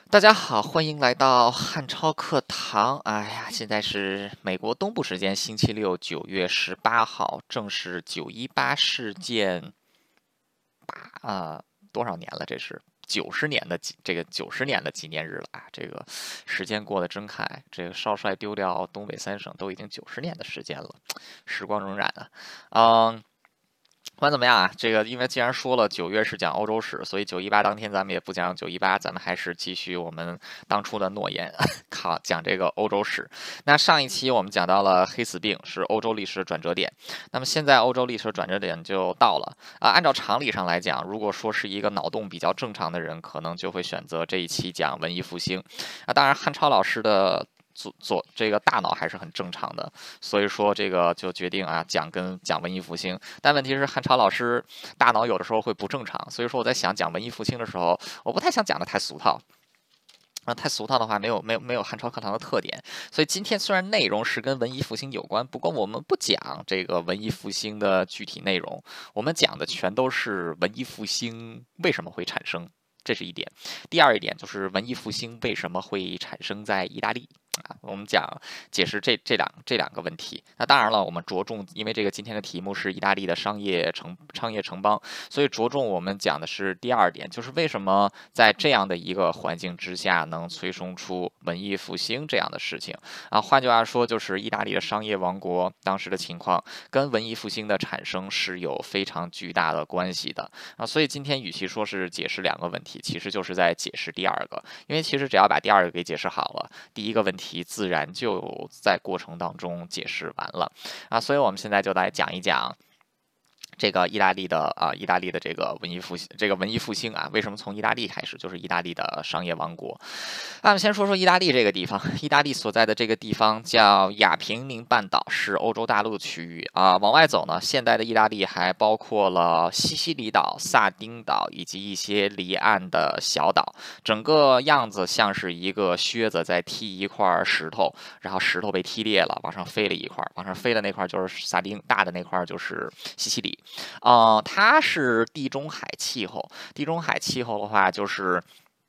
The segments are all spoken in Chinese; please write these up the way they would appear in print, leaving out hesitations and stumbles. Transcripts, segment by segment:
大家好，欢迎来到汉超课堂。哎呀，现在是美国东部时间星期六9月18号，正是918事件啊、多少年了？这是90年的纪念日了啊！这个时间过得真快，这个少帅丢掉东北三省都已经90年的时间了，时光荏苒啊。嗯，不管怎么样啊，这个因为既然说了9月是讲欧洲史，所以918当天咱们也不讲918，咱们还是继续我们当初的诺言，讲这个欧洲史。那上一期我们讲到了黑死病是欧洲历史的转折点，那么现在欧洲历史的转折点就到了啊。按照常理上来讲，如果说是一个脑洞比较正常的人，可能就会选择这一期讲文艺复兴啊。当然，汉超老师的。这个大脑还是很正常的，所以说这个就决定啊讲文艺复兴。但问题是汉超老师大脑有的时候会不正常，所以说我在讲文艺复兴的时候，我不太想讲的太俗套。啊，太俗套的话，没有汉朝课堂的特点，所以今天虽然内容是跟文艺复兴有关，不过我们不讲这个文艺复兴的具体内容，我们讲的全都是文艺复兴为什么会产生，这是一点。第二一点就是文艺复兴为什么会产生在意大利。啊，我们解释这两个问题。那当然了，我们着重，因为这个今天的题目是意大利的商业城邦，所以着重我们讲的是第二点，就是为什么在这样的一个环境之下能催生出文艺复兴这样的事情啊。换句话说，就是意大利的商业王国当时的情况跟文艺复兴的产生是有非常巨大的关系的啊。所以今天与其说是解释两个问题，其实就是在解释第二个，因为其实只要把第二个给解释好了，第一个问题自然就在过程当中解释完了啊。所以我们现在就来讲一讲。这个意大利的这个文艺复兴啊，为什么从意大利开始？就是意大利的商业王国。那我们先说说意大利这个地方，意大利所在的这个地方叫亚平宁半岛，是欧洲大陆区域啊。往外走呢，现代的意大利还包括了西西里岛、萨丁岛以及一些离岸的小岛，整个样子像是一个靴子在踢一块石头，然后石头被踢裂了，往上飞了一块，往上飞的那块就是萨丁，大的那块就是西西里。它是地中海气候。地中海气候的话，就是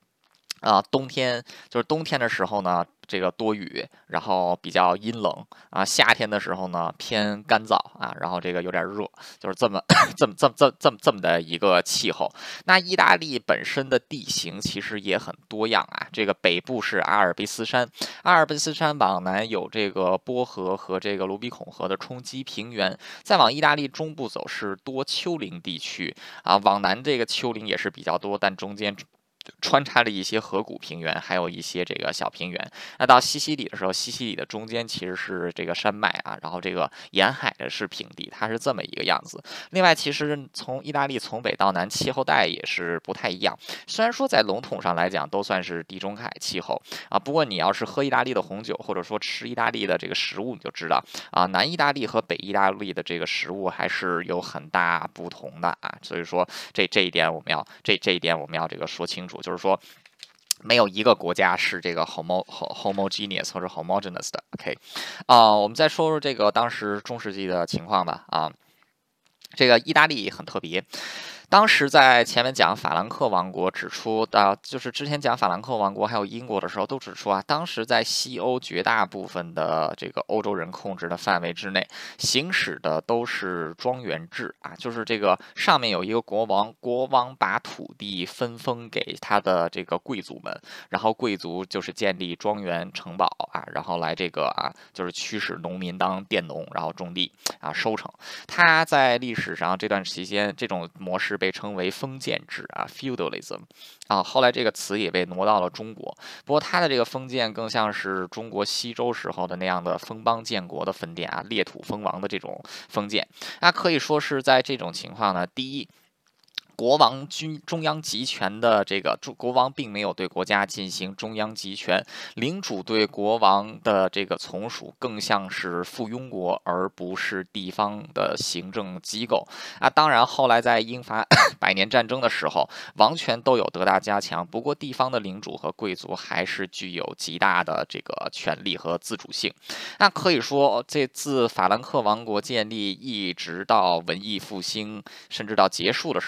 冬天的时候呢，这个多雨，然后比较阴冷啊。夏天的时候呢，偏干燥啊，然后这个有点热，就是这么这么的一个气候。那意大利本身的地形其实也很多样啊。这个北部是阿尔卑斯山，阿尔卑斯山往南有这个波河和这个卢比孔河的冲积平原，再往意大利中部走是多丘陵地区啊。往南这个丘陵也是比较多，但中间穿插了一些河谷平原，还有一些这个小平原。那到西西里的时候，西西里的中间其实是这个山脉啊，然后这个沿海的是平地，它是这么一个样子。另外，其实从意大利从北到南，气候带也是不太一样。虽然说在笼统上来讲都算是地中海气候啊，不过你要是喝意大利的红酒，或者说吃意大利的这个食物，你就知道啊，南意大利和北意大利的这个食物还是有很大不同的啊。所以说这一点这一点我们要这个说清楚。就是说，没有一个国家是这个 homogeneous 或者 homogeneous 的。OK，我们再说说这个当时中世纪的情况吧。啊，这个意大利很特别。当时在前面讲法兰克王国指出的，就是之前讲法兰克王国还有英国的时候，都指出啊，当时在西欧绝大部分的这个欧洲人控制的范围之内，行使的都是庄园制啊，就是这个上面有一个国王，国王把土地分封给他的这个贵族们，然后贵族就是建立庄园城堡啊，然后来这个就是驱使农民当佃农，然后种地啊，收成。它在历史上这段期间，这种模式被称为封建制啊 （feudalism） 啊。后来这个词也被挪到了中国，不过它的这个封建更像是中国西周时候的那样的封邦建国的分店啊，列土封王的这种封建。那可以说是在这种情况呢，第一，国王中央集权的这个国王并没有对国家进行中央集权，领主对国王的这个从属更像是附庸国，而不是地方的行政机构啊。当然，后来在英法百年战争的时候，王权都有得到加强，不过地方的领主和贵族还是具有极大的这个权力和自主性。那可以说，这自法兰克王国建立一直到文艺复兴，甚至到结束的时候啊。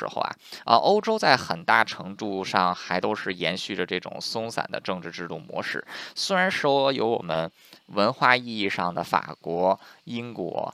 欧洲在很大程度上还都是延续着这种松散的政治制度模式。虽然说有我们文化意义上的法国、英国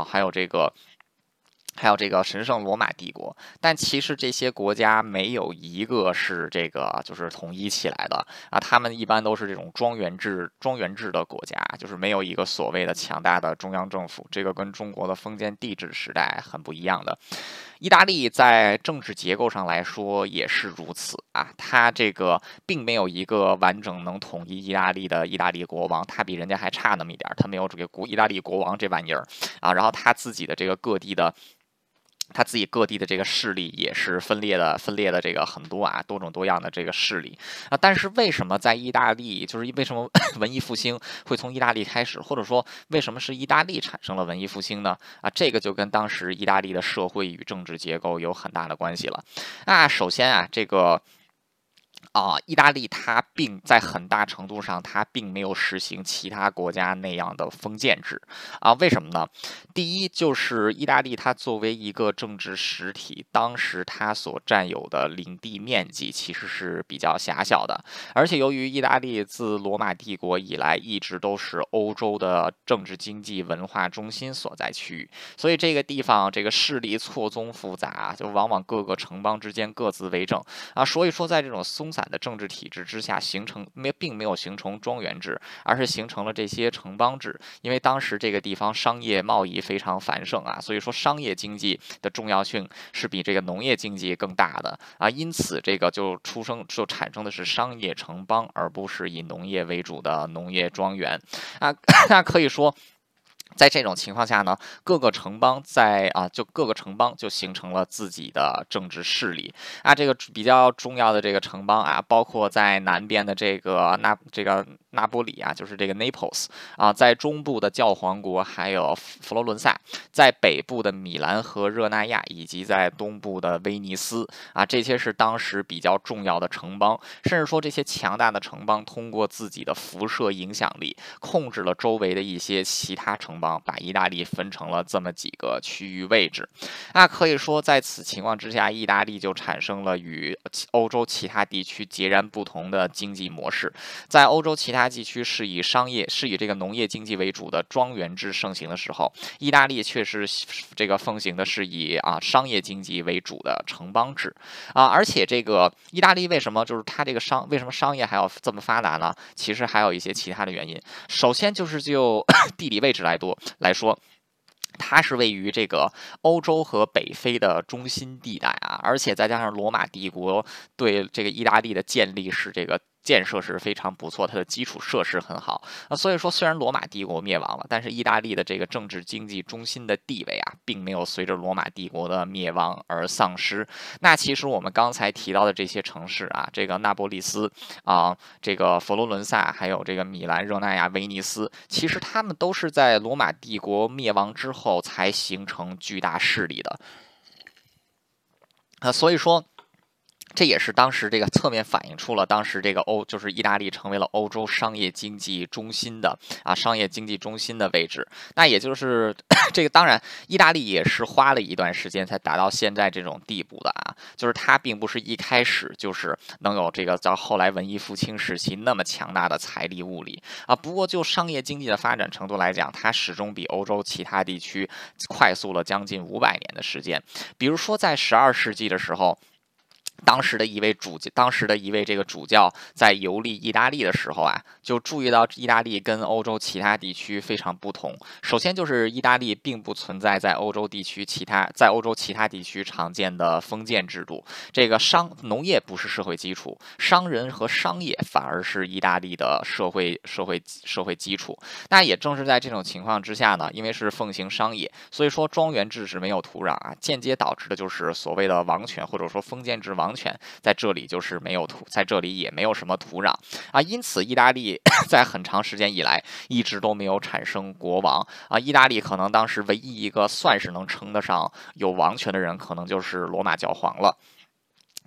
还有这个神圣罗马帝国，但其实这些国家没有一个是这个就是统一起来的啊，他们一般都是这种庄园制的国家，就是没有一个所谓的强大的中央政府，这个跟中国的封建帝制时代很不一样的。意大利在政治结构上来说也是如此啊，它这个并没有一个完整能统一意大利的意大利国王，它比人家还差那么一点，它没有这个意大利国王这玩意儿啊，然后它自己的这个各地的。他自己各地的这个势力也是分裂的这个很多啊，多种多样的这个势力啊。但是为什么在意大利，就是为什么文艺复兴会从意大利开始，或者说为什么是意大利产生了文艺复兴呢？啊，这个就跟当时意大利的社会与政治结构有很大的关系了。首先啊，这个。意大利它并在很大程度上，它并没有实行其他国家那样的封建制啊。为什么呢？第一，就是意大利它作为一个政治实体，当时它所占有的领地面积其实是比较狭小的，而且由于意大利自罗马帝国以来一直都是欧洲的政治、经济、文化中心所在区域，所以这个地方这个势力错综复杂，就往往各个城邦之间各自为政啊。所以说，在这种松散的政治体制之下，并没有形成庄园制，而是形成了这些城邦制。因为当时这个地方商业贸易非常繁盛啊，所以说商业经济的重要性是比这个农业经济更大的啊。因此，这个就产生的是商业城邦，而不是以农业为主的农业庄园啊。那可以说。在这种情况下呢，各个城邦就形成了自己的政治势力啊。这个比较重要的这个城邦啊，包括在南边的这个那波里啊，就是这个 Naples 啊，在中部的教皇国还有佛罗伦萨，在北部的米兰和热那亚，以及在东部的威尼斯啊，这些是当时比较重要的城邦。甚至说，这些强大的城邦通过自己的辐射影响力，控制了周围的一些其他城邦，把意大利分成了这么几个区域位置。那可以说，在此情况之下，意大利就产生了与欧洲其他地区截然不同的经济模式。在欧洲其他地区是以这个农业经济为主的庄园制盛行的时候，意大利却是这个奉行的是以商业经济为主的城邦制啊。而且这个意大利为什么它这个为什么商业还要这么发达呢？其实还有一些其他的原因。首先就是就地理位置来说。它是位于这个欧洲和北非的中心地带啊，而且再加上罗马帝国对这个意大利的建立是这个建设是非常不错，它的基础设施很好啊。所以说，虽然罗马帝国灭亡了，但是意大利的这个政治经济中心的地位啊，并没有随着罗马帝国的灭亡而丧失。那其实我们刚才提到的这些城市啊，这个那不勒斯啊，这个佛罗伦萨，还有这个米兰、热那亚、威尼斯，其实他们都是在罗马帝国灭亡之后才形成巨大势力的。所以说。这也是当时这个侧面反映出了当时这个就是意大利成为了欧洲商业经济中心的位置。那也就是这个，当然意大利也是花了一段时间才达到现在这种地步的啊。就是它并不是一开始就是能有这个到后来文艺复兴时期那么强大的财力物力啊。不过就商业经济的发展程度来讲，它始终比欧洲其他地区快速了将近500年的时间。比如说在12世纪的时候。当时的一位这个主教在游历意大利的时候啊，就注意到意大利跟欧洲其他地区非常不同。首先就是意大利并不存在在欧洲其他地区常见的封建制度，这个农业不是社会基础，商人和商业反而是意大利的社会基础。那也正是在这种情况之下呢，因为是奉行商业，所以说庄园制是没有土壤啊，间接导致的就是所谓的王权或者说封建制王权在这里就是在这里也没有什么土壤啊。因此意大利在很长时间以来一直都没有产生国王啊。意大利可能当时唯一一个算是能称得上有王权的人，可能就是罗马教皇了。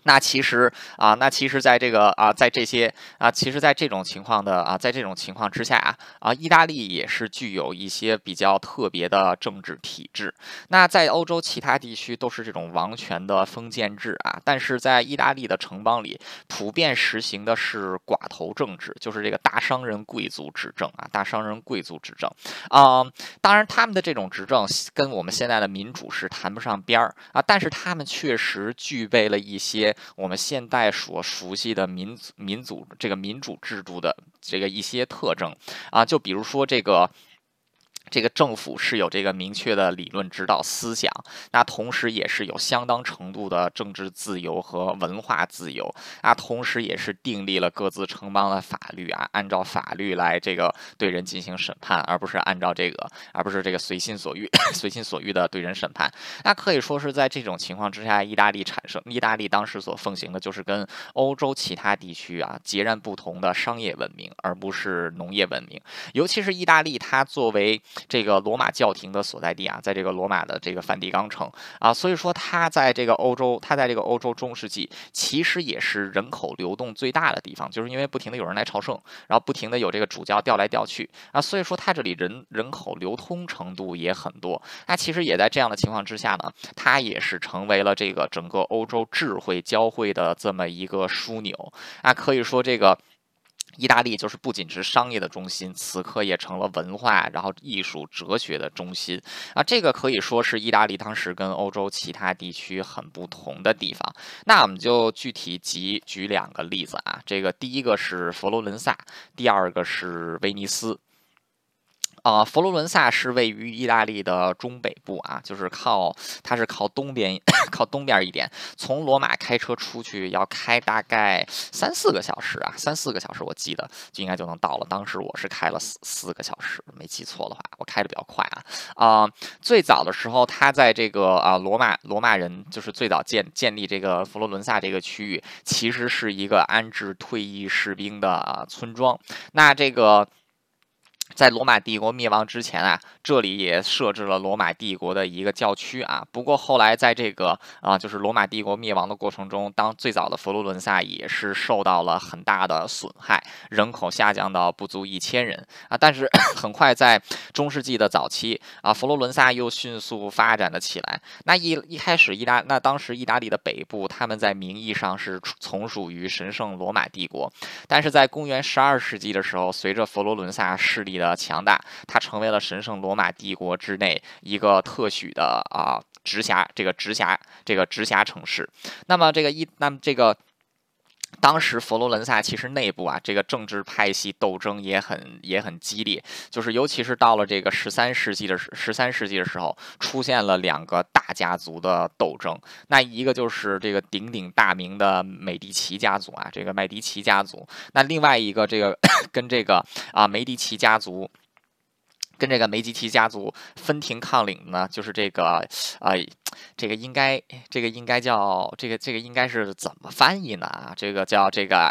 那其实在这个在这些其实在这种情况的在这种情况之下意大利也是具有一些比较特别的政治体制。那在欧洲其他地区都是这种王权的封建制但是在意大利的城邦里，普遍实行的是寡头政治，就是这个大商人贵族执政大商人贵族执政啊、当然，他们的这种执政跟我们现在的民主是谈不上边儿但是他们确实具备了一些我们现代所熟悉的民主这个民主制度的这个一些特征就比如说这个政府是有这个明确的理论指导思想，那同时也是有相当程度的政治自由和文化自由同时也是订立了各自城邦的法律按照法律来这个对人进行审判，而不是这个随心所欲随心所欲的对人审判。那可以说是在这种情况之下，意大利当时所奉行的就是跟欧洲其他地区截然不同的商业文明，而不是农业文明。尤其是意大利，它作为这个罗马教廷的所在地在这个罗马的这个梵蒂冈城所以说它在这个欧洲中世纪其实也是人口流动最大的地方，就是因为不停的有人来朝圣，然后不停的有这个主教调来调去所以说它这里人口流通程度也很多。那其实也在这样的情况之下呢，它也是成为了这个整个欧洲智慧交汇的这么一个枢纽可以说这个。意大利就是不仅是商业的中心，此刻也成了文化，然后艺术、哲学的中心这个可以说是意大利当时跟欧洲其他地区很不同的地方。那我们就具体举两个例子这个第一个是佛罗伦萨，第二个是威尼斯。佛罗伦萨是位于意大利的中北部就是它是靠东边靠东边一点，从罗马开车出去要开大概3-4个小时3-4个小时我记得就应该就能到了。当时我是开了4个小时，没记错的话，我开的比较快最早的时候，它在这个罗马人就是最早建立这个佛罗伦萨这个区域，其实是一个安置退役士兵的村庄。那这个。在罗马帝国灭亡之前这里也设置了罗马帝国的一个教区不过后来在这个就是罗马帝国灭亡的过程中，当最早的佛罗伦萨也是受到了很大的损害，人口下降到不足1000人但是很快在中世纪的早期佛罗伦萨又迅速发展了起来。那一开始当时意大利的北部，他们在名义上是从属于神圣罗马帝国，但是在公元12世纪的时候，随着佛罗伦萨势力的强大，它成为了神圣罗马帝国之内一个特许的直辖城市。那么这个。当时佛罗伦萨其实内部这个政治派系斗争也很激烈，就是尤其是到了这个13世纪的时候，出现了2个大家族的斗争。那一个就是这个鼎鼎大名的美第奇家族这个麦迪奇家族。那另外一个这个跟这个梅迪奇家族。跟这个梅迪奇家族分庭抗礼呢，就是这个这个应该应该是怎么翻译呢这个叫这个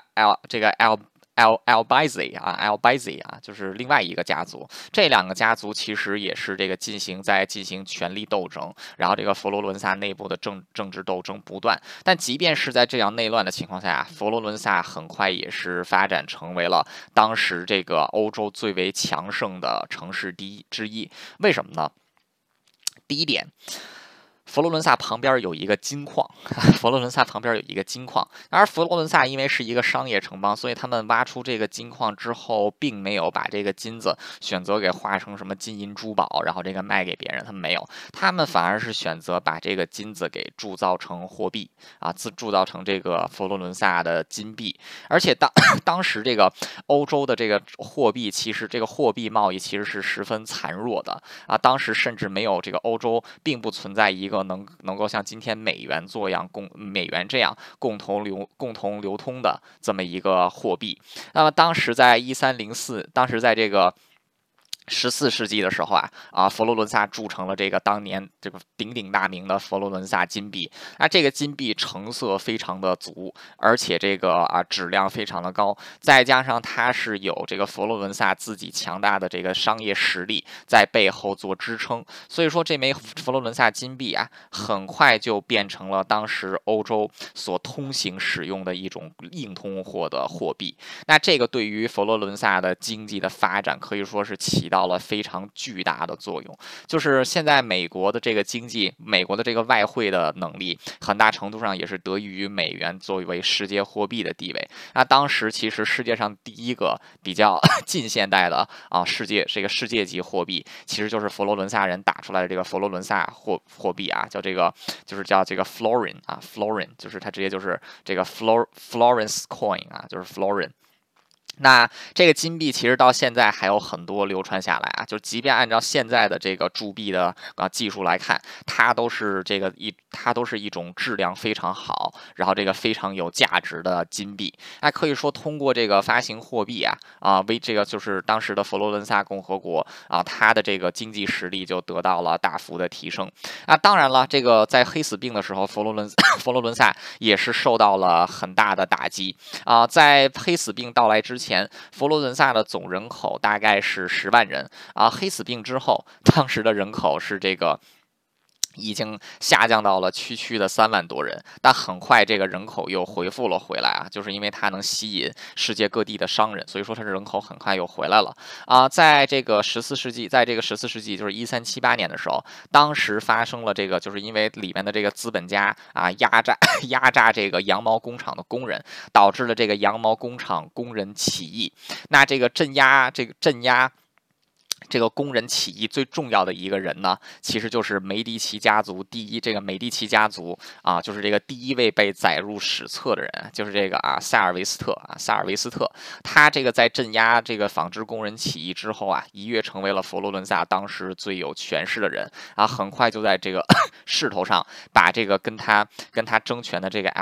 Albizi 就是另外一个家族。这2个家族其实也是这个进行权力斗争，然后这个佛罗伦萨内部的政治斗争不断。但即便是在这样内乱的情况下佛罗伦萨很快也是发展成为了当时这个欧洲最为强盛的城市之一。为什么呢？第一点。佛罗伦萨旁边有一个金矿，佛罗伦萨旁边有一个金矿。而佛罗伦萨因为是一个商业城邦，所以他们挖出这个金矿之后，并没有把这个金子选择给化成什么金银珠宝，然后这个卖给别人，他们没有，他们反而是选择把这个金子给铸造成货币铸造成这个佛罗伦萨的金币。而且当时这个欧洲的这个货币，其实这个货币贸易其实是十分残弱的当时甚至没有这个欧洲并不存在一个能够像今天美元这样共同流通的这么一个货币。那么当时在1304，当时在这个 14世纪的时候佛罗伦萨铸成了这个当年这个鼎鼎大名的佛罗伦萨金币。那这个金币成色非常的足，而且这个质量非常的高，再加上它是有这个佛罗伦萨自己强大的这个商业实力在背后做支撑，所以说这枚佛罗伦萨金币很快就变成了当时欧洲所通行使用的一种硬通货的货币。那这个对于佛罗伦萨的经济的发展可以说是起到了非常巨大的作用。就是现在美国的这个经济，美国的这个外汇的能力，很大程度上也是得益于美元作为世界货币的地位。那当时其实世界上第一个比较近现代的世界级货币，其实就是佛罗伦萨人打出来的这个佛罗伦萨货币叫这个叫这个 florin 就是它直接就是这个 Florence coin 就是 florin。那这个金币其实到现在还有很多流传下来就即便按照现在的这个铸币的技术来看，它都是一种质量非常好，然后这个非常有价值的金币。那可以说通过这个发行货币为这个就是当时的佛罗伦萨共和国它的这个经济实力就得到了大幅的提升。当然了，这个在黑死病的时候，佛罗伦萨也是受到了很大的打击在黑死病到来之前，佛罗伦萨的总人口大概是10万人黑死病之后，当时的人口是这个已经下降到了区区的3万多人，但很快这个人口又恢复了回来就是因为它能吸引世界各地的商人，所以说它的人口很快又回来了在这个14世纪，就是1378年的时候，当时发生了这个，就是因为里面的这个资本家压榨这个羊毛工厂的工人，导致了这个羊毛工厂工人起义。那这个镇压这个工人起义最重要的一个人呢，其实就是梅第奇家族这个美第奇家族就是这个第一位被载入史册的人，就是这个萨尔维斯特。他这个在镇压这个纺织工人起义之后一跃成为了佛罗伦萨当时最有权势的人很快就在这个势头上把这个跟他争权的这个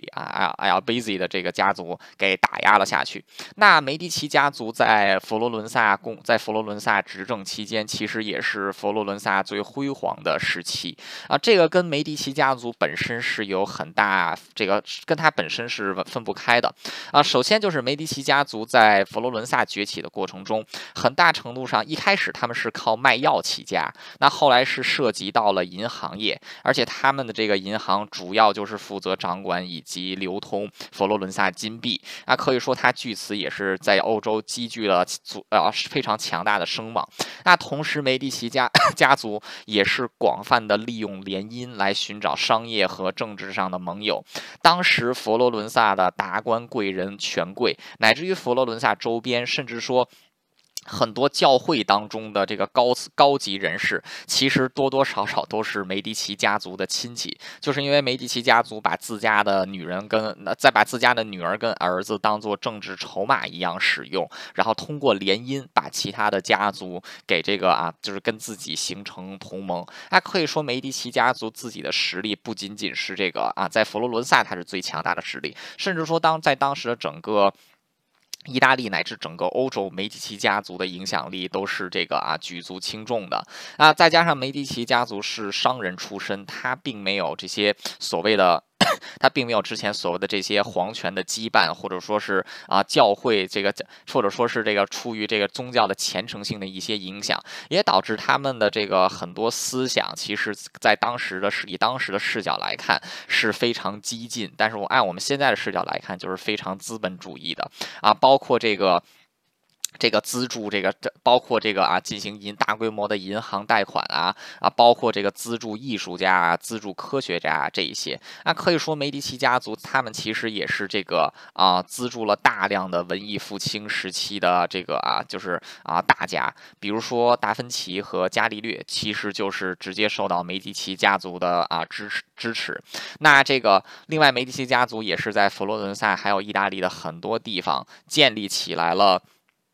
Albizzi 的这个家族给打压了下去。那梅第奇家族在佛罗伦萨执政期间，其实也是佛罗伦萨最辉煌的时期这个跟梅第奇家族本身是有很大跟他本身是分不开的首先就是梅第奇家族在佛罗伦萨崛起的过程中，很大程度上一开始他们是靠卖药起家，那后来是涉及到了银行业，而且他们的这个银行主要就是负责掌管以及流通佛罗伦萨金币可以说他据此也是在欧洲积聚了非常强大的声望。那同时梅第奇家族也是广泛的利用联姻来寻找商业和政治上的盟友。当时佛罗伦萨的达官贵人权贵，乃至于佛罗伦萨周边，甚至说很多教会当中的这个高级人士，其实多多少少都是梅第奇家族的亲戚，就是因为梅第奇家族把自家的女儿跟儿子当做政治筹码一样使用，然后通过联姻把其他的家族给这个就是跟自己形成同盟。可以说梅第奇家族自己的实力不仅仅是这个在佛罗伦萨它是最强大的实力，甚至说在当时的整个意大利乃至整个欧洲，梅第奇家族的影响力都是这个举足轻重的再加上梅第奇家族是商人出身，他并没有这些所谓的他并没有之前所谓的这些皇权的羁绊，或者说是教会或者说是这个出于这个宗教的虔诚性的一些影响，也导致他们的这个很多思想，其实在以当时的视角来看是非常激进，但是按我们现在的视角来看，就是非常资本主义的包括这个资助包括进行大规模的银行贷款包括这个资助艺术家资助科学家这一些可以说梅第奇家族他们其实也是这个资助了大量的文艺复兴时期的这个就是大家，比如说达芬奇和伽利略，其实就是直接受到梅第奇家族的支持。那这个另外梅第奇家族也是在佛罗伦萨还有意大利的很多地方建立起来了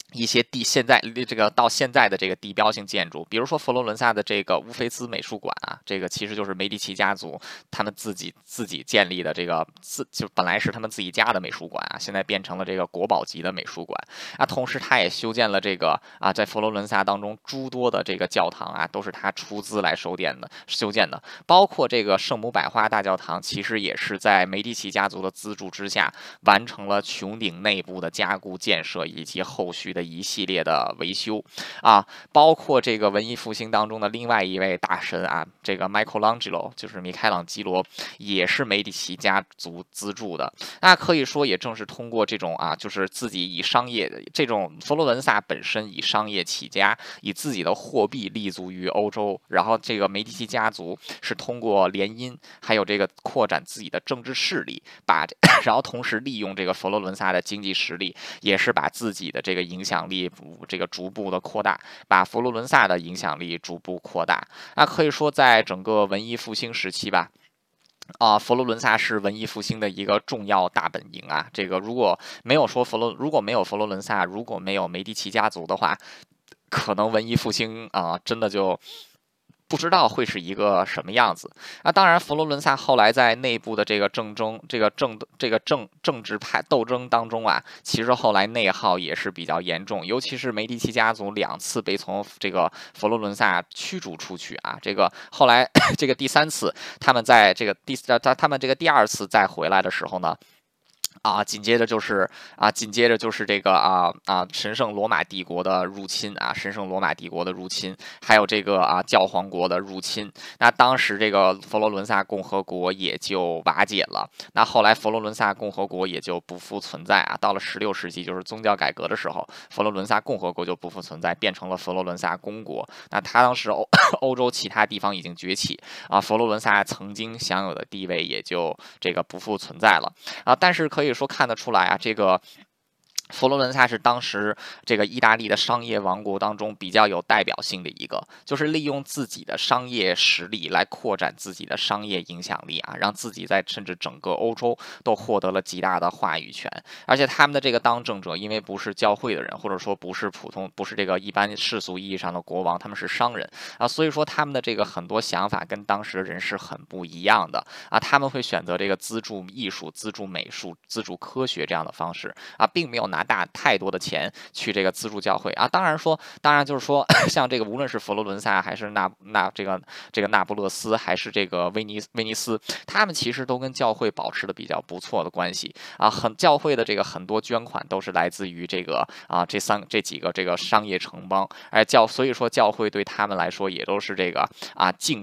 一些现在这个到现在的这个地标性建筑，比如说佛罗伦萨的这个乌菲兹美术馆啊，这个其实就是梅第奇家族他们自己建立的这个就本来是他们自己家的美术馆啊，现在变成了这个国宝级的美术馆啊。同时，他也修建了这个啊，在佛罗伦萨当中诸多的这个教堂啊，都是他出资来修建的，包括这个圣母百花大教堂，其实也是在梅第奇家族的资助之下，完成了穹顶内部的加固建设以及后续的一系列的维修啊，包括这个文艺复兴当中的另外一位大神啊，这个 Michelangelo 就是米开朗基罗，也是梅第奇家族资助的。那可以说，也正是通过这种啊，就是自己以商业这种佛罗伦萨本身以商业起家，以自己的货币立足于欧洲，然后这个梅第奇家族是通过联姻，还有这个扩展自己的政治势力，然后同时利用这个佛罗伦萨的经济实力，也是把自己的这个影响力这个逐步的扩大，把佛罗伦萨的影响力逐步扩大。那可以说，在整个文艺复兴时期吧。佛罗伦萨是文艺复兴的一个重要大本营啊。这个如果没有佛罗伦萨，如果没有梅第奇家族的话，可能文艺复兴啊，真的就不知道会是一个什么样子啊！当然，佛罗伦萨后来在内部的这个政争、政治派斗争当中啊，其实后来内耗也是比较严重，尤其是梅第奇家族2次被从这个佛罗伦萨驱逐出去啊。这个后来这个第3次，他们在这个他们这个第2次再回来的时候呢。紧接着就是这个神圣罗马帝国的入侵啊，神圣罗马帝国的入侵，还有这个教皇国的入侵。那当时这个佛罗伦萨共和国也就瓦解了。那后来佛罗伦萨共和国也就不复存在啊。到了16世纪，就是宗教改革的时候，佛罗伦萨共和国就不复存在，变成了佛罗伦萨公国。那他当时欧洲其他地方已经崛起啊，佛罗伦萨曾经享有的地位也就这个不复存在了啊。但是可以说看得出来啊，这个佛罗伦萨是当时这个意大利的商业王国当中比较有代表性的一个，就是利用自己的商业实力来扩展自己的商业影响力啊，让自己在甚至整个欧洲都获得了极大的话语权。而且他们的这个当政者，因为不是教会的人，或者说不是这个一般世俗意义上的国王，他们是商人啊，所以说他们的这个很多想法跟当时的人是很不一样的啊，他们会选择这个资助艺术、资助美术、资助科学这样的方式啊，并没有拿太多的钱去这个资助教会啊。当然就是说，像这个无论是佛罗伦萨还是这个那不勒斯，还是这个威尼斯，他们其实都跟教会保持的比较不错的关系啊。教会的这个很多捐款都是来自于这个这几个这个商业城邦，所以说教会对他们来说也都是这个敬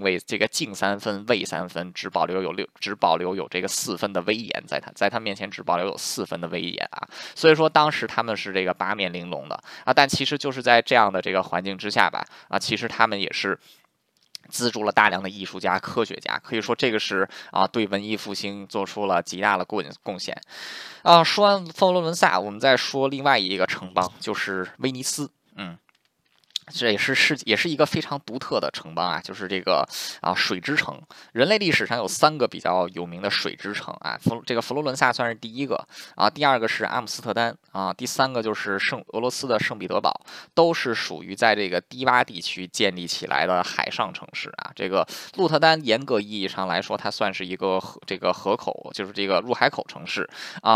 3分，畏3分，只保留有这个4分的威严，在他面前只保留有4分的威严啊。所以说当时他们是这个八面玲珑的啊，但其实就是在这样的这个环境之下吧其实他们也是资助了大量的艺术家、科学家，可以说这个是对文艺复兴做出了极大的贡献说完佛罗伦萨，我们再说另外一个城邦，就是威尼斯。这也是一个非常独特的城邦啊，就是这个水之城。人类历史上有3个比较有名的水之城啊，这个佛罗伦萨算是第一个第2个是阿姆斯特丹第3个就是俄罗斯的圣彼得堡，都是属于在这个低洼地区建立起来的海上城市啊。这个鹿特丹严格意义上来说，它算是一个河口，就是这个入海口城市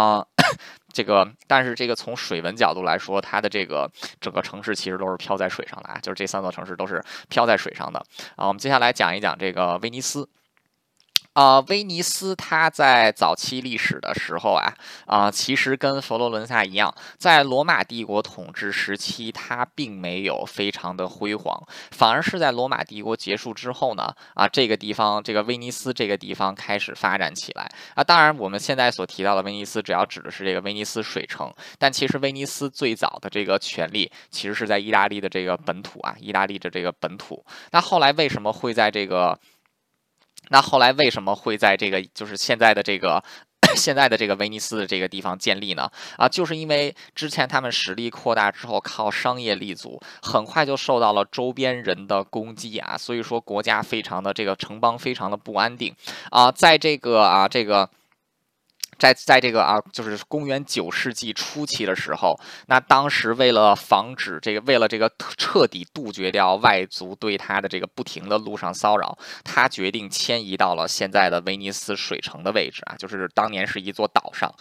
但是这个从水文角度来说，它的这个整个城市其实都是漂在水上的就是这3座城市都是漂在水上的我们接下来讲一讲这个威尼斯。威尼斯它在早期历史的时候其实跟佛罗伦萨一样，在罗马帝国统治时期，它并没有非常的辉煌，反而是在罗马帝国结束之后呢，这个威尼斯这个地方开始发展起来当然，我们现在所提到的威尼斯，主要指的是这个威尼斯水城，但其实威尼斯最早的这个权力，其实是在意大利的这个本土意大利的这个本土。那后来为什么会在这个就是现在的这个威尼斯的这个地方建立呢？就是因为之前他们实力扩大之后，靠商业立足，很快就受到了周边人的攻击所以说国家非常的这个城邦非常的不安定在在这个就是公元9世纪初期的时候，那当时为了防止这个，为了这个彻底杜绝掉外族对他的这个不停的陆上骚扰，他决定迁移到了现在的威尼斯水城的位置啊，就是当年是一座岛上，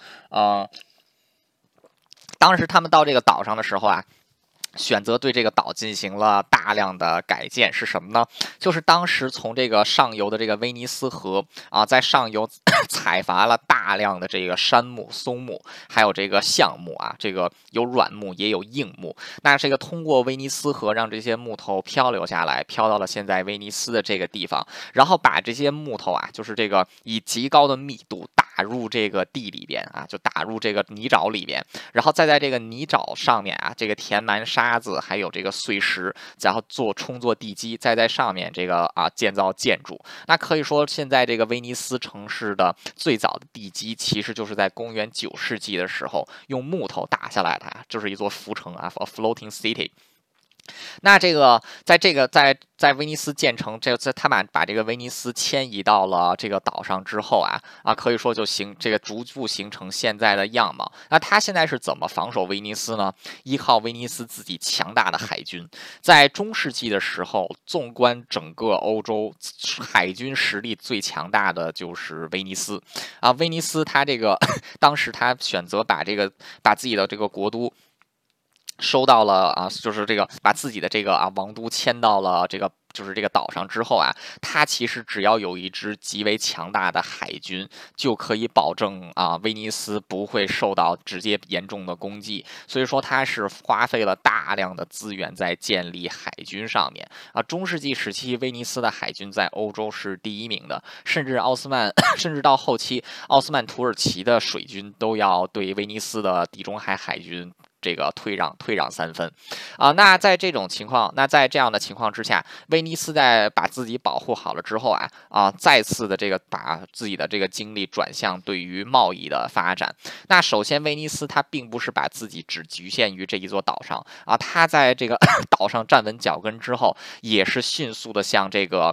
当时他们到这个岛上的时候啊，选择对这个岛进行了大量的改建，是什么呢？就是当时从这个上游的这个威尼斯河在上游采伐了大量的这个杉木、松木，还有这个橡木这个有软木也有硬木。那这个通过威尼斯河让这些木头漂流下来，漂到了现在威尼斯的这个地方，然后把这些木头就是这个以极高的密度打入这个地里边就打入这个泥沼里边，然后再在这个泥沼上面这个填满沙子，还有这个碎石，然后充作地基，再在上面这个建造建筑。那可以说，现在这个威尼斯城市的最早的地基，其实就是在公元9世纪的时候用木头打下来的就是一座浮城a floating city。那这个，在威尼斯建成，他把这个威尼斯迁移到了这个岛上之后可以说就这个逐步形成现在的样貌。那他现在是怎么防守威尼斯呢？依靠威尼斯自己强大的海军。在中世纪的时候，纵观整个欧洲，海军实力最强大的就是威尼斯威尼斯他这个当时他选择把自己的这个国都收到了就是这个把自己的这个王都迁到了就是这个岛上之后他其实只要有一支极为强大的海军，就可以保证威尼斯不会受到直接严重的攻击。所以说他是花费了大量的资源在建立海军上面中世纪时期，威尼斯的海军在欧洲是第1名的，甚至甚至到后期，奥斯曼土耳其的水军都要对威尼斯的地中海海军这个退让3分那在这样的情况之下，威尼斯在把自己保护好了之后再次的这个把自己的这个精力转向对于贸易的发展。那首先，威尼斯它并不是把自己只局限于这一座岛上它在这个岛上站稳脚跟之后，也是迅速的向这个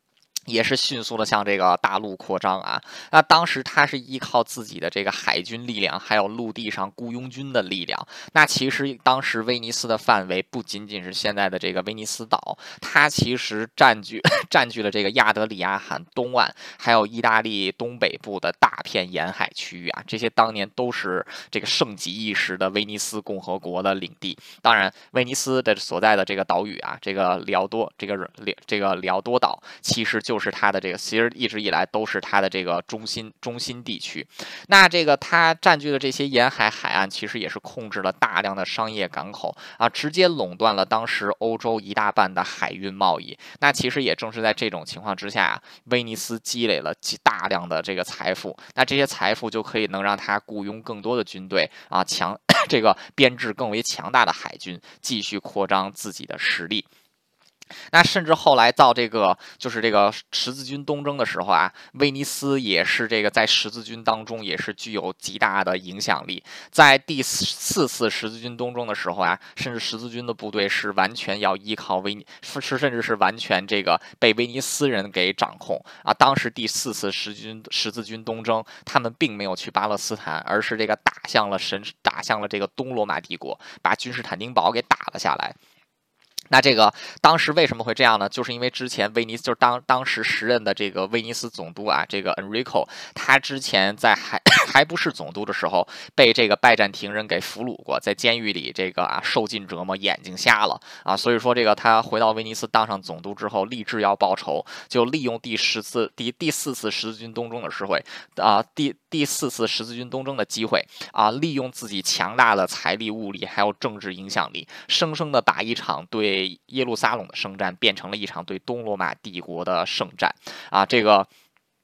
大陆扩张那当时他是依靠自己的这个海军力量，还有陆地上雇佣军的力量。那其实当时威尼斯的范围不仅仅是现在的这个威尼斯岛，它其实占据了这个亚得里亚海东岸，还有意大利东北部的大片沿海区域这些当年都是这个盛极一时的威尼斯共和国的领地。当然，威尼斯的所在的这个岛屿这个里奥多岛，其实就是它的其实一直以来都是它的这个中心地区。那这个它占据的这些沿海海岸，其实也是控制了大量的商业港口直接垄断了当时欧洲一大半的海运贸易。那其实也正是在这种情况之下威尼斯积累了大量的这个财富。那这些财富就可以能让他雇佣更多的军队这个编制更为强大的海军，继续扩张自己的实力。那甚至后来到就是这个十字军东征的时候威尼斯也是这个在十字军当中也是具有极大的影响力。在第4次十字军东征的时候甚至十字军的部队是完全要依靠甚至是完全这个被威尼斯人给掌控当时第4次十字军东征，他们并没有去巴勒斯坦，而是这个打向了这个东罗马帝国，把君士坦丁堡给打了下来。那这个当时为什么会这样呢？就是因为之前威尼斯就是当时时任的这个威尼斯总督这个 Enrico， 他之前在还不是总督的时候，被这个拜占庭人给俘虏过，在监狱里这个受尽折磨，眼睛瞎了所以说这个他回到威尼斯当上总督之后，立志要报仇，就利用第4次十字军东征的时候第4次十字军东征的机会利用自己强大的财力、物力还有政治影响力，生生的把一场对耶路撒冷的圣战变成了一场对东罗马帝国的圣战这个。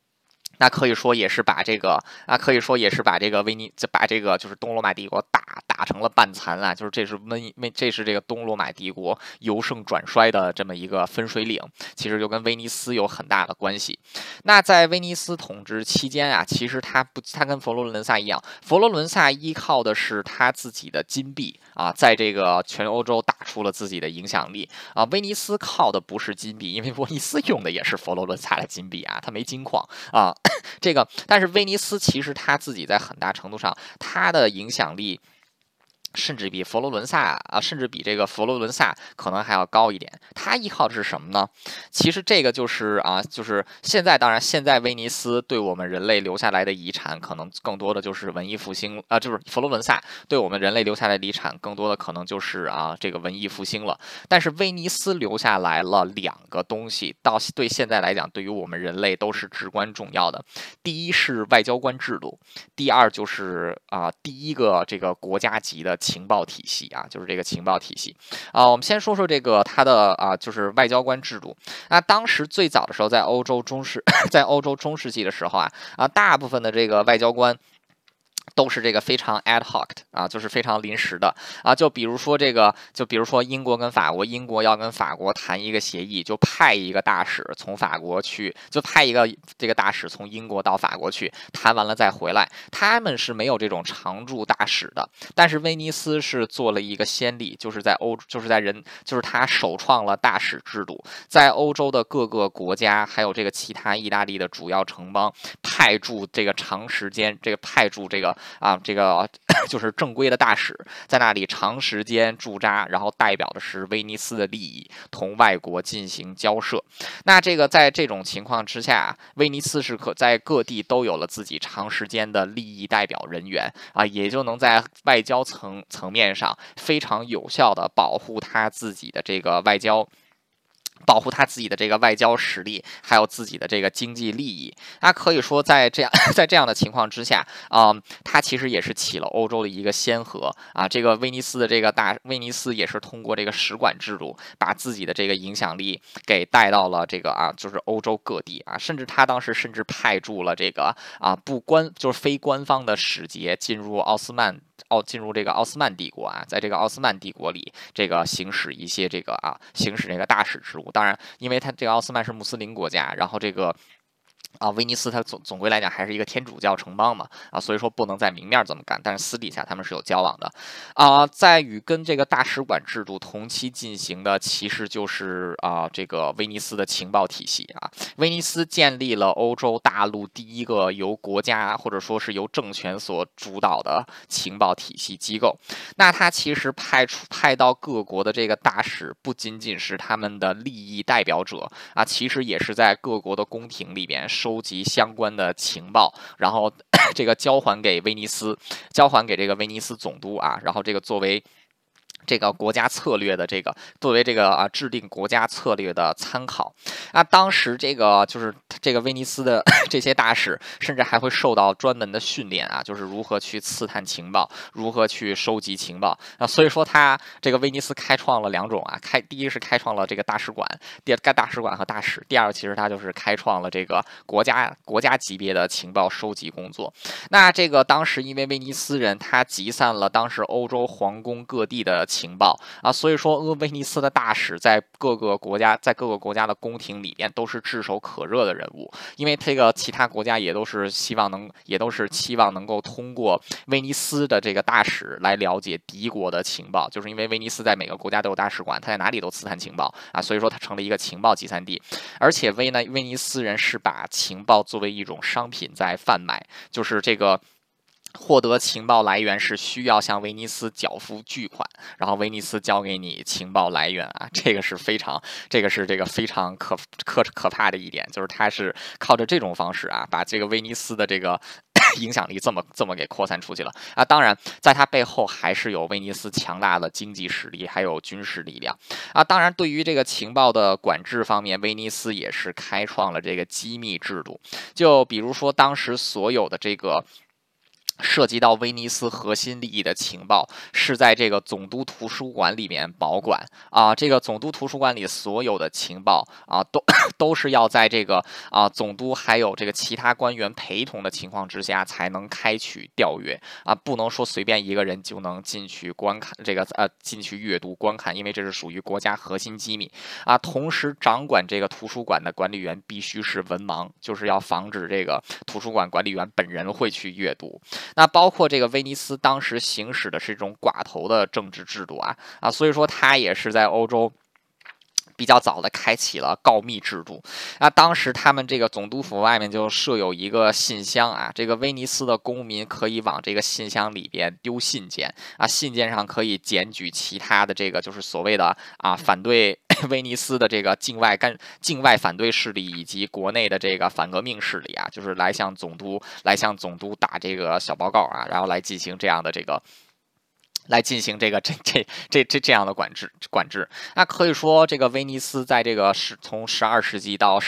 那可以说也是把这个把这个就是东罗马帝国打打成了半残啊，就是这是这个东罗马帝国由盛转衰的这么一个分水岭，其实就跟威尼斯有很大的关系。那在威尼斯统治期间啊，其实它跟佛罗伦萨一样，佛罗伦萨依靠的是他自己的金币啊，在这个全欧洲打出了自己的影响力啊。威尼斯靠的不是金币，因为威尼斯用的也是佛罗伦萨的金币啊，它没金矿啊。但是威尼斯其实他自己在很大程度上，他的影响力甚至比佛罗伦萨啊，甚至比这个佛罗伦萨可能还要高一点。它依靠的是什么呢？其实这个就是啊，就是现在，当然现在威尼斯对我们人类留下来的遗产，可能更多的就是文艺复兴啊，就是佛罗伦萨对我们人类留下来的遗产，更多的可能就是啊这个文艺复兴了。但是威尼斯留下来了两个东西，对现在来讲，对于我们人类都是至关重要的。第一是外交官制度，第二就是第一个这个国家级的情报体系啊，就是这个情报体系啊。我们先说说这个它的就是外交官制度。那当时最早的时候，在欧洲中世在欧洲中世纪的时候大部分的这个外交官都是这个非常 ad hoc 啊，就是非常临时的啊。就比如说英国跟法国，英国要跟法国谈一个协议，就派一个大使从法国去，就派一个这个大使从英国到法国去，谈完了再回来。他们是没有这种常驻大使的，但是威尼斯是做了一个先例，就是他首创了大使制度，在欧洲的各个国家，还有这个其他意大利的主要城邦，派驻这个长时间，就是正规的大使在那里长时间驻扎，然后代表的是威尼斯的利益，同外国进行交涉。那这个在这种情况之下，威尼斯是在各地都有了自己长时间的利益代表人员啊，也就能在外交层面上非常有效的保护他自己的这个外交。保护他自己的这个外交实力，还有自己的这个经济利益。那可以说，在这样的情况之下，他其实也是起了欧洲的一个先河啊。这个威尼斯也是通过这个使馆制度，把自己的这个影响力给带到了这个就是欧洲各地啊。甚至他当时派驻了这个就是非官方的使节进入这个奥斯曼帝国啊，在这个奥斯曼帝国里，这个行使这个大使职务。当然，因为他这个奥斯曼是穆斯林国家，然后这个威尼斯它总归来讲还是一个天主教城邦嘛所以说不能在明面这么干，但是私底下他们是有交往的在跟这个大使馆制度同期进行的，其实就是这个威尼斯的情报体系威尼斯建立了欧洲大陆第一个由国家或者说是由政权所主导的情报体系机构。那他其实派到各国的这个大使，不仅仅是他们的利益代表者其实也是在各国的宫廷里边收集相关的情报，然后这个交还给这个威尼斯总督然后这个作为这个国家策略的制定国家策略的参考。当时就是这个威尼斯的这些大使，甚至还会受到专门的训练就是如何去刺探情报，如何去收集情报所以说这个威尼斯开创了两种第一是开创了这个大使馆，大使馆和大使。第二其实它就是开创了这个国家级别的情报收集工作。那这个当时因为威尼斯人他集散了当时欧洲皇宫各地的情报所以说威尼斯的大使在各个国家的宫廷里边都是炙手可热的人物，因为这个其他国家也都是期望能够通过威尼斯的这个大使来了解敌国的情报，就是因为威尼斯在每个国家都有大使馆，他在哪里都刺探情报所以说它成了一个情报集散地。而且威尼斯人是把情报作为一种商品在贩卖，就是这个获得情报来源是需要向威尼斯缴付巨款，然后威尼斯交给你情报来源这个是非常可怕的一点，就是他是靠着这种方式把这个威尼斯的这个影响力这么给扩散出去了当然，在它背后还是有威尼斯强大的经济实力，还有军事力量当然，对于这个情报的管制方面，威尼斯也是开创了这个机密制度。就比如说，当时所有的这个涉及到威尼斯核心利益的情报是在这个总督图书馆里面保管啊，这个总督图书馆里所有的情报啊，都是要在这个总督还有这个其他官员陪同的情况之下才能开取调阅啊，不能说随便一个人就能进去观看进去阅读观看，因为这是属于国家核心机密啊。同时，掌管这个图书馆的管理员必须是文盲，就是要防止这个图书馆管理员本人会去阅读。那包括这个威尼斯当时行使的是一种寡头的政治制度所以说它也是在欧洲比较早的开启了告密制度当时他们这个总督府外面就设有一个信箱这个威尼斯的公民可以往这个信箱里边丢信件信件上可以检举其他的这个就是所谓的反对威尼斯的这个境外反对势力以及国内的这个反革命势力就是来向总督打这个小报告然后来进行这样的这个。来进行这个这样的管制，那可以说这个威尼斯在这个从12世纪到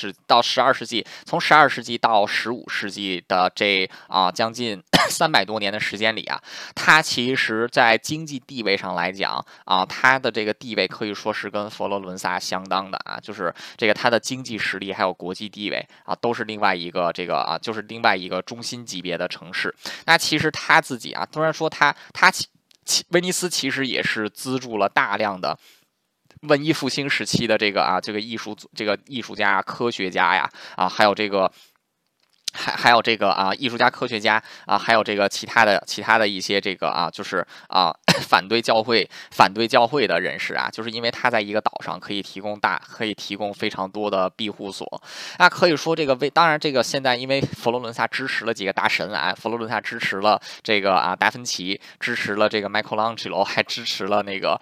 12世纪，从12世纪到15世纪的将近300多年的时间里它其实在经济地位上来讲它的这个地位可以说是跟佛罗伦萨相当的就是这个它的经济实力还有国际地位都是另外一个就是另外一个中心级别的城市。那其实他自己虽然说他威尼斯其实也是资助了大量的文艺复兴时期的这个艺术家、科学家还有这个。还有这个艺术家、科学家还有这个其他的一些这个就是反对教会的人士就是因为他在一个岛上可以提供非常多的庇护所可以说这个当然这个现在因为佛罗伦萨支持了几个大神佛罗伦萨支持了这个达芬奇，支持了这个 Michelangelo， 还支持了这个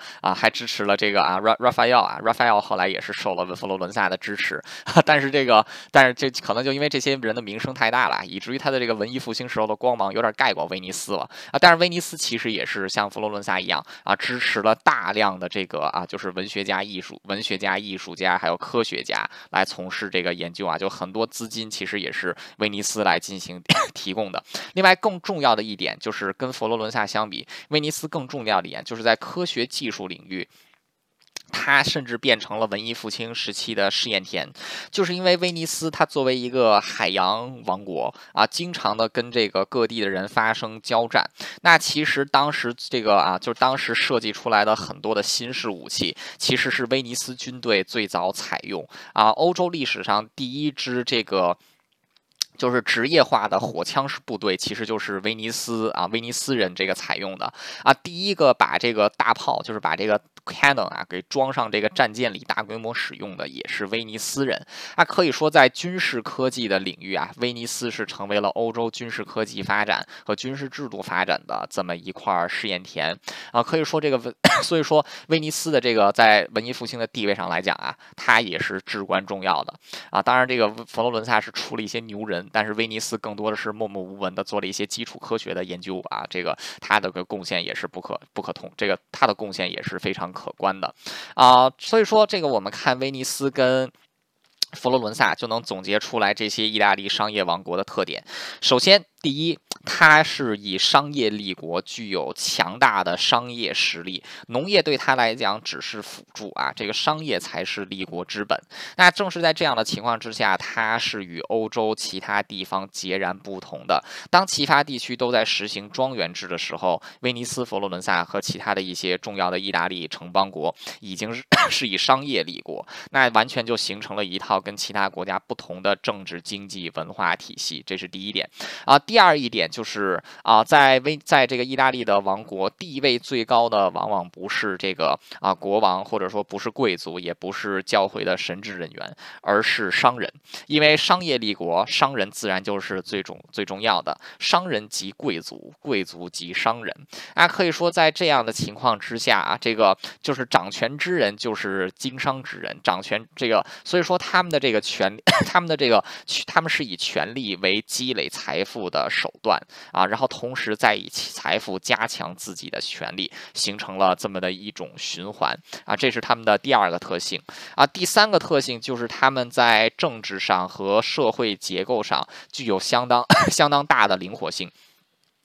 Raphael 后来也是受了佛罗伦萨的支持，但是这可能就因为这些人的名声太大了，以至于他的这个文艺复兴时候的光芒有点盖过威尼斯了但是威尼斯其实也是像佛罗伦萨一样支持了大量的这个就是文学家、艺术家还有科学家来从事这个研究就很多资金其实也是威尼斯来进行提供的。另外更重要的一点就是跟佛罗伦萨相比，威尼斯更重要的一点就是在科学技术领域。它甚至变成了文艺复兴时期的试验田，就是因为威尼斯它作为一个海洋王国经常的跟这个各地的人发生交战。那其实当时这个就是当时设计出来的很多的新式武器，其实是威尼斯军队最早采用欧洲历史上第一支这个。就是职业化的火枪式部队，其实就是威尼斯人这个采用的第一个把这个大炮，就是把这个 cannon 给装上这个战舰里大规模使用的，也是威尼斯人可以说在军事科技的领域威尼斯是成为了欧洲军事科技发展和军事制度发展的这么一块试验田可以说这个所以说威尼斯的这个在文艺复兴的地位上来讲它也是至关重要的当然这个佛罗伦萨是出了一些牛人。但是威尼斯更多的是默默无闻的做了一些基础科学的研究这个他的贡献也是不可同，这个他的贡献也是非常可观的所以说这个我们看威尼斯跟佛罗伦萨就能总结出来这些意大利商业王国的特点。首先，第一，它是以商业立国，具有强大的商业实力，农业对它来讲只是辅助这个商业才是立国之本。那正是在这样的情况之下，它是与欧洲其他地方截然不同的。当其他地区都在实行庄园制的时候，威尼斯、佛罗伦萨和其他的一些重要的意大利城邦国已经是以商业立国，那完全就形成了一套跟其他国家不同的政治、经济、文化体系，这是第一点第二一点就是在这个意大利的王国，地位最高的往往不是这个国王，或者说不是贵族，也不是教会的神职人员，而是商人。因为商业立国，商人自然就是最重要的，商人即贵族，贵族即商人可以说在这样的情况之下这个就是掌权之人就是经商之人，掌权这个，所以说他们的这个权，他们是以权力为积累财富的手段然后同时再以财富加强自己的权利，形成了这么的一种循环这是他们的第二个特性第三个特性就是他们在政治上和社会结构上具有相当大的灵活性。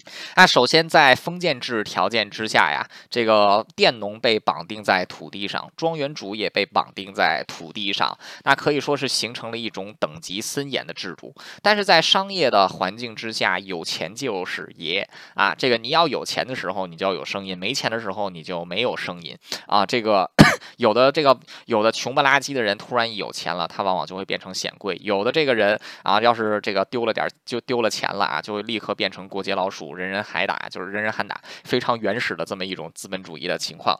那首先在封建制条件之下呀，这个佃农被绑定在土地上，庄园主也被绑定在土地上，那可以说是形成了一种等级森严的制度。但是在商业的环境之下，有钱就是爷啊，这个你要有钱的时候，你就要有声音；没钱的时候，你就没有声音啊。这个有的穷不拉几的人突然一有钱了，他往往就会变成显贵；有的这个人啊，要是这个丢了钱了啊，就会立刻变成过街老鼠，人人喊打，就是人人喊打，非常原始的这么一种资本主义的情况。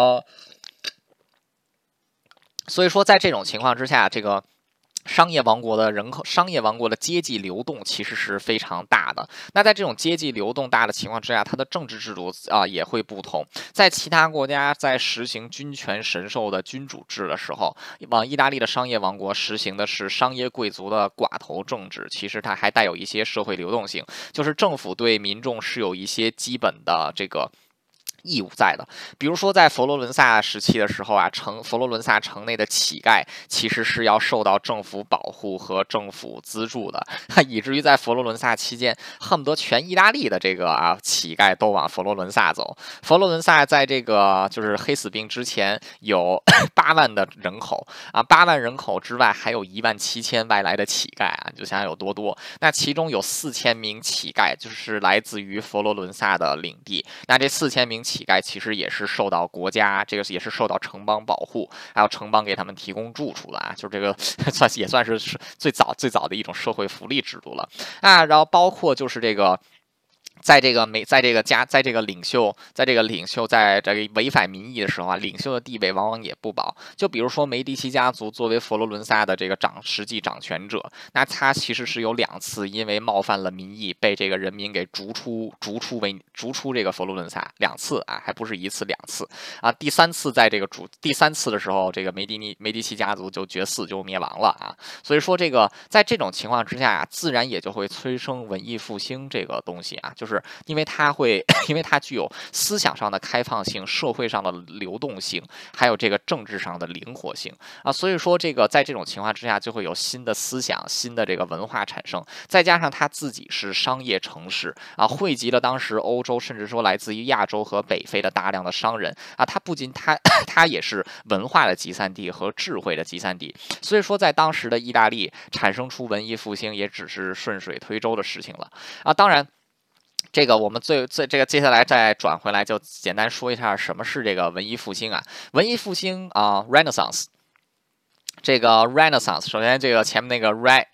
所以说在这种情况之下，这个商业王国的人口、商业王国的阶级流动其实是非常大的。那在这种阶级流动大的情况之下，它的政治制度也会不同。在其他国家在实行君权神授的君主制的时候，意大利的商业王国实行的是商业贵族的寡头政治，其实它还带有一些社会流动性，就是政府对民众是有一些基本的这个义务在的。比如说在佛罗伦萨时期的时候啊，佛罗伦萨城内的乞丐其实是要受到政府保护和政府资助的，以至于在佛罗伦萨期间，恨不得全意大利的这个乞丐都往佛罗伦萨走。佛罗伦萨在这个就是黑死病之前有8万的人口啊，8万人口之外还有17000外来的乞丐啊，你就想想有多多。那其中有4000名乞丐就是来自于佛罗伦萨的领地，那这4000名乞丐其实也是受到国家这个也是受到城邦保护，还有城邦给他们提供住处的啊，就这个也算是最早的一种社会福利制度了啊。然后包括就是这个。在这个领袖在这个违反民意的时候啊，领袖的地位往往也不保。就比如说梅第奇家族作为佛罗伦萨的这个实际掌权者，那他其实是有2次因为冒犯了民意被这个人民给逐出这个佛罗伦萨2次啊，还不是1次2次啊。第三次的时候，这个梅第奇家族就绝嗣就灭亡了啊。所以说这个在这种情况之下啊，自然也就会催生文艺复兴这个东西啊，就是因为它具有思想上的开放性、社会上的流动性，还有这个政治上的灵活性啊，所以说这个在这种情况之下，就会有新的思想、新的这个文化产生，再加上它自己是商业城市啊，汇集了当时欧洲甚至说来自于亚洲和北非的大量的商人啊，它不仅它也是文化的集散地和智慧的集散地，所以说在当时的意大利产生出文艺复兴也只是顺水推舟的事情了啊，当然。这个我们这个接下来再转回来，就简单说一下什么是这个文艺复兴啊？文艺复兴啊，Renaissance。这个 Renaissance， 首先这个前面那个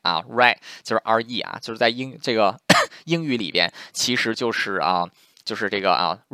re 就是 re 啊，就是在英语里边其实就是就是这个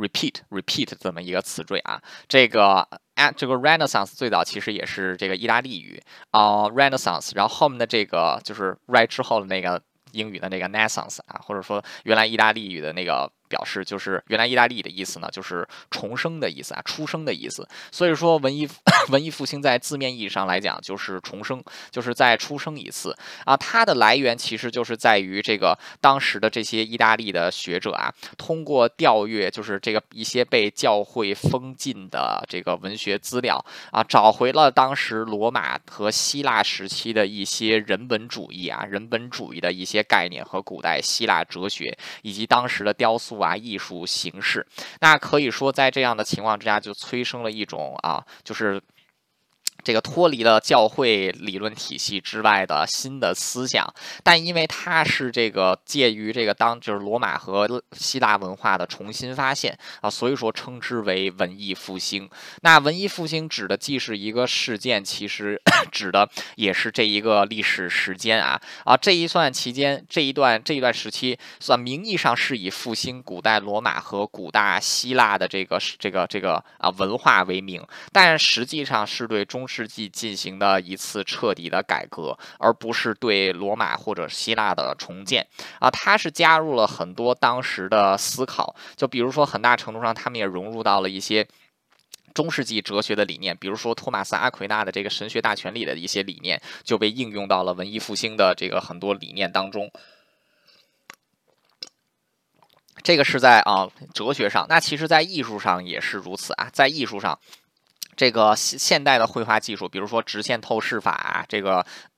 repeat 这么一个词缀啊。这个Renaissance 最早其实也是这个意大利语Renaissance， 然后后面的这个就是 re 之后的那个。英语的那个 naissance 啊，或者说原来意大利语的那个表示，就是原来意大利的意思呢，就是重生的意思啊，出生的意思。所以说文艺复兴在字面意义上来讲就是重生，就是再出生一次啊。它的来源其实就是在于这个当时的这些意大利的学者啊，通过调阅就是这个一些被教会封禁的这个文学资料啊，找回了当时罗马和希腊时期的一些人本主义的一些概念和古代希腊哲学以及当时的雕塑艺术形式。那可以说在这样的情况之下，就催生了一种就是这个脱离了教会理论体系之外的新的思想，但因为它是这个介于这个就是罗马和希腊文化的重新发现啊，所以说称之为文艺复兴。那文艺复兴指的既是一个事件，其实指的也是这一个历史时间这一段时期，名义上是以复兴古代罗马和古代希腊的这个文化为名，但实际上是对中世纪进行的一次彻底的改革，而不是对罗马或者希腊的重建它是加入了很多当时的思考，就比如说很大程度上他们也融入到了一些中世纪哲学的理念，比如说托马斯·阿奎那的这个神学大全理的一些理念，就被应用到了文艺复兴的这个很多理念当中。这个是在哲学上，那其实在艺术上也是如此在艺术上。这个现代的绘画技术，比如说直线透视法这个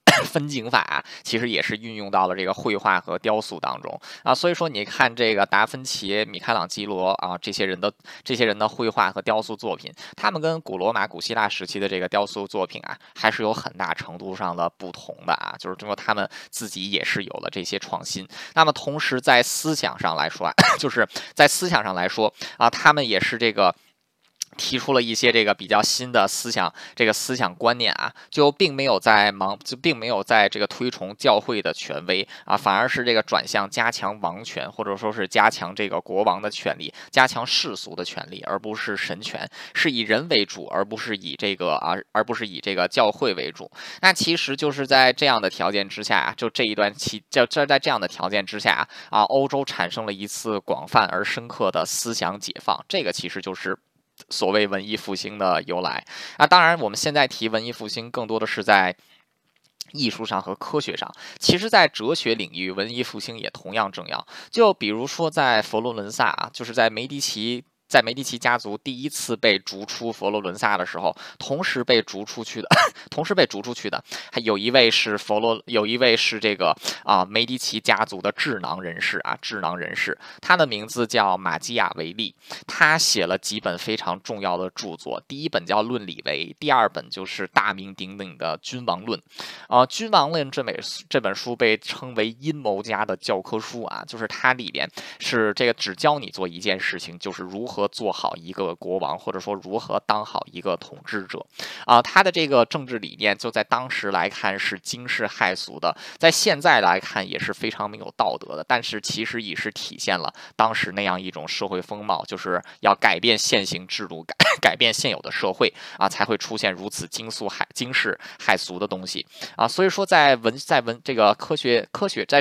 分景法啊，其实也是运用到了这个绘画和雕塑当中啊。所以说，你看这个达芬奇、米开朗基罗啊这些人的绘画和雕塑作品，他们跟古罗马、古希腊时期的这个雕塑作品啊，还是有很大程度上的不同的啊。就是说，他们自己也是有了这些创新。那么，同时在思想上来说啊，就是在思想上来说啊，他们也是这个。提出了一些这个比较新的思想，这个思想观念啊，并没有在这个推崇教会的权威啊，反而是这个转向加强王权，或者说是加强这个国王的权利，加强世俗的权利，而不是神权，是以人为主，而不是以这个教会为主。那其实就是在这样的条件之下啊，在这样的条件之下啊，欧洲产生了一次广泛而深刻的思想解放，这个其实就是所谓文艺复兴的由来啊。当然，我们现在提文艺复兴，更多的是在艺术上和科学上。其实，在哲学领域，文艺复兴也同样重要。就比如说，在佛罗伦萨啊，就是在梅第奇家族第一次被逐出佛罗伦萨的时候，同时被逐出去的，同时被逐出去的，还有一位是这个梅第奇家族的智囊人士，他的名字叫马基雅维利，他写了几本非常重要的著作，第一本叫《论理维》，第二本就是大名鼎鼎的《君王论》。《君王论》这本书被称为阴谋家的教科书啊，就是它里边是这个只教你做一件事情，就是如何做好一个国王，或者说如何当好一个统治者啊。他的这个政治理念，就在当时来看是惊世骇俗的，在现在来看也是非常没有道德的，但是其实也是体现了当时那样一种社会风貌，就是要改变现行制度，改变现有的社会啊，才会出现如此惊世骇俗的东西啊。所以说这个科学在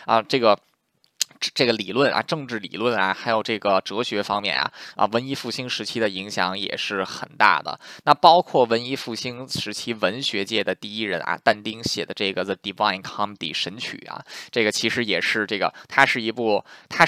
这个理论啊，政治理论啊，还有这个哲学方面文艺复兴时期的影响也是很大的。那包括文艺复兴时期文学界的第一人啊，但丁写的这个《The Divine Comedy》神曲啊，这个其实也是它是一部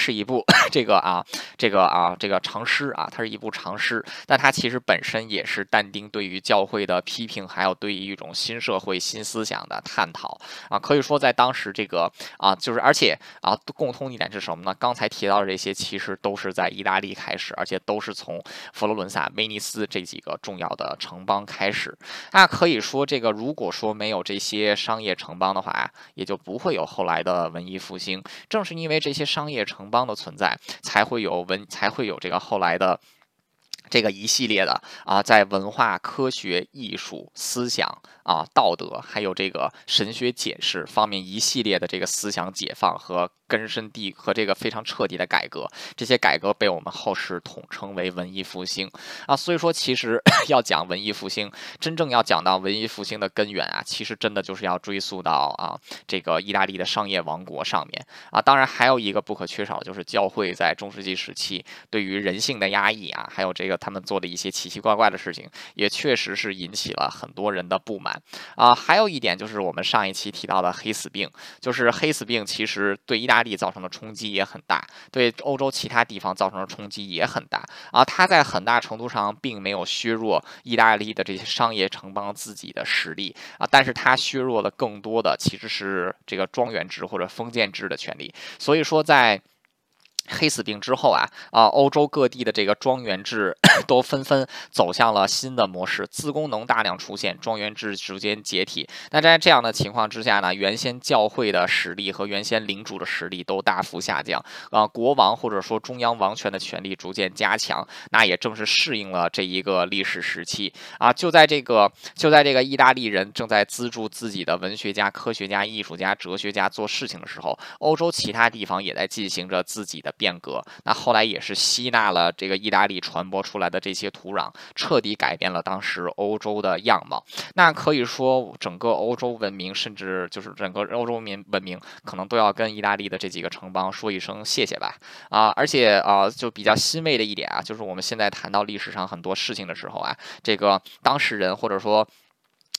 这个长诗啊，它是一部长诗，但它其实本身也是但丁对于教会的批评，还有对于一种新社会新思想的探讨啊。可以说在当时这个就是而且共通一点是什么呢？刚才提到的这些其实都是在意大利开始，而且都是从佛罗伦萨、威尼斯这几个重要的城邦开始。那可以说，如果说没有这些商业城邦的话，也就不会有后来的文艺复兴。正是因为这些商业城邦的存在，才会有这个后来的。这个一系列的在文化、科学、艺术、思想道德，还有这个神学解释方面一系列的这个思想解放和这个非常彻底的改革，这些改革被我们后世统称为文艺复兴所以说，其实要讲文艺复兴，真正要讲到文艺复兴的根源其实真的就是要追溯到这个意大利的商业王国上面当然还有一个不可缺少，就是教会在中世纪时期对于人性的压抑还有这个他们做的一些奇奇怪怪的事情，也确实是引起了很多人的不满还有一点就是我们上一期提到的黑死病，就是黑死病其实对意大利造成的冲击也很大，对欧洲其他地方造成的冲击也很大它在很大程度上并没有削弱意大利的这些商业城邦自己的实力但是它削弱了更多的其实是这个庄园制或者封建制的权利，所以说在黑死病之后欧洲各地的这个庄园制都纷纷走向了新的模式，自工农大量出现，庄园制逐渐解体。那在这样的情况之下呢，原先教会的实力和原先领主的实力都大幅下降国王或者说中央王权的权力逐渐加强，那也正是适应了这一个历史时期就在这个意大利人正在资助自己的文学家、科学家、艺术家、哲学家做事情的时候，欧洲其他地方也在进行着自己的变革。那后来也是吸纳了这个意大利传播出来的这些土壤，彻底改变了当时欧洲的样貌。那可以说，整个欧洲文明，甚至就是整个欧洲文明，可能都要跟意大利的这几个城邦说一声谢谢吧而且就比较欣慰的一点就是我们现在谈到历史上很多事情的时候这个当事人或者说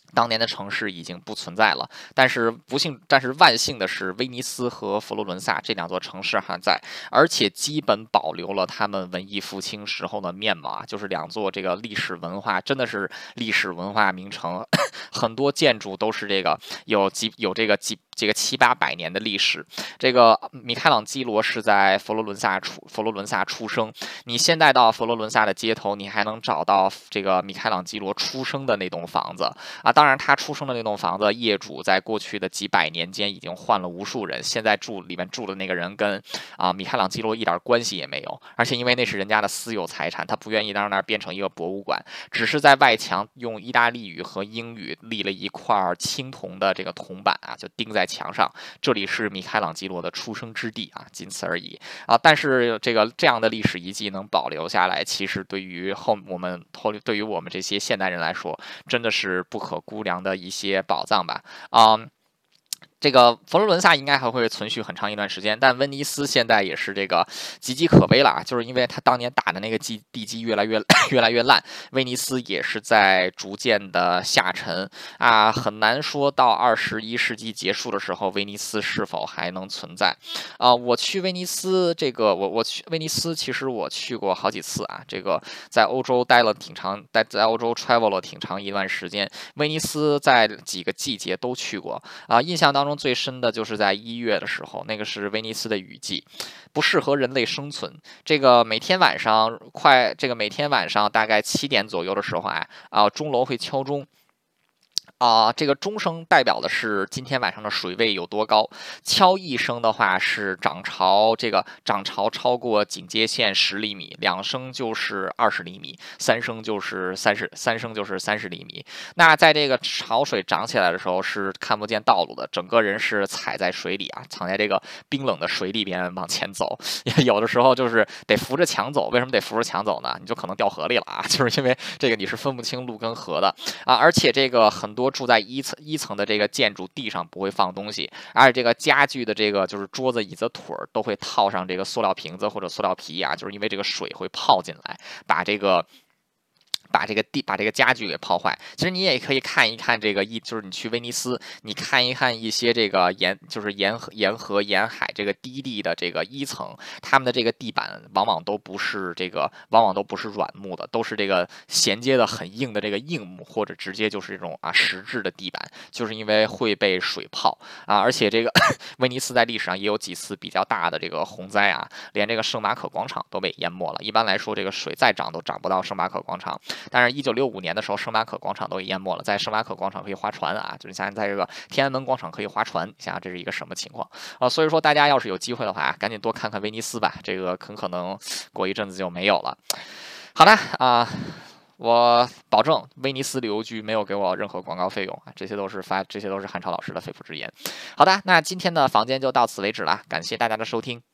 当年的城市已经不存在了，但是万幸的是，威尼斯和佛罗伦萨这两座城市还在，而且基本保留了他们文艺复兴时候的面貌啊，就是两座这个历史文化，真的是历史文化名城，很多建筑都是这个七八百年的历史。这个米开朗基罗是在佛罗伦萨出生，你现在到佛罗伦萨的街头，你还能找到这个米开朗基罗出生的那栋房子啊。当然，他出生的那栋房子，业主在过去的几百年间已经换了无数人，现在里面住的那个人跟米开朗基罗一点关系也没有，而且因为那是人家的私有财产，他不愿意让那儿变成一个博物馆，只是在外墙用意大利语和英语立了一块青铜的这个铜板啊，就钉在墙上，这里是米开朗基罗的出生之地啊，仅此而已啊。但是这样的历史遗迹能保留下来，其实对于我们这些现代人来说，真的是不可估量的一些宝藏吧啊。这个佛罗伦萨应该还会存续很长一段时间，但威尼斯现在也是这个岌岌可危了啊，就是因为他当年打的那个地基越来越烂，威尼斯也是在逐渐的下沉啊，很难说到21世纪结束的时候，威尼斯是否还能存在啊？我去威尼斯，我去威尼斯，其实我去过好几次啊，这个在欧洲在欧洲 travel 了挺长一段时间，威尼斯在几个季节都去过。啊，印象当中最深的就是在1月的时候，那个是威尼斯的雨季，不适合人类生存。每天晚上大概7点左右的时候钟楼会敲钟。这个钟声代表的是今天晚上的水位有多高，敲一声的话是涨潮超过警戒线10厘米，2声就是20厘米，三声就是30厘米。那在这个潮水涨起来的时候是看不见道路的，整个人是踩在水里啊，藏在这个冰冷的水里边往前走。有的时候就是得扶着墙走，为什么得扶着墙走呢？你就可能掉河里了啊，就是因为这个你是分不清路跟河的啊，而且这个很多住在一层的这个建筑地上不会放东西，而且这个家具的这个就是桌子、椅子、腿儿都会套上这个塑料瓶子或者塑料皮啊，就是因为这个水会泡进来，把这个家具给泡坏。其实你也可以看一看就是你去威尼斯，你看一看一些这个沿河沿海这个低地的这个层，他们的这个地板往往都不是软木的，都是这个衔接的很硬的这个硬木，或者直接就是这种石质的地板，就是因为会被水泡啊。而且这个威尼斯在历史上也有几次比较大的这个洪灾啊，连这个圣马可广场都被淹没了。一般来说，这个水再涨都涨不到圣马可广场。但是1965年的时候，圣马可广场都给淹没了，在圣马可广场可以划船啊，就是像在这个天安门广场可以划船，你想想这是一个什么情况啊？所以说大家要是有机会的话，赶紧多看看威尼斯吧，这个很可能过一阵子就没有了。好的啊。我保证威尼斯旅游局没有给我任何广告费用啊，这些都是汉超老师的肺腑之言。好的，那今天的房间就到此为止了，感谢大家的收听。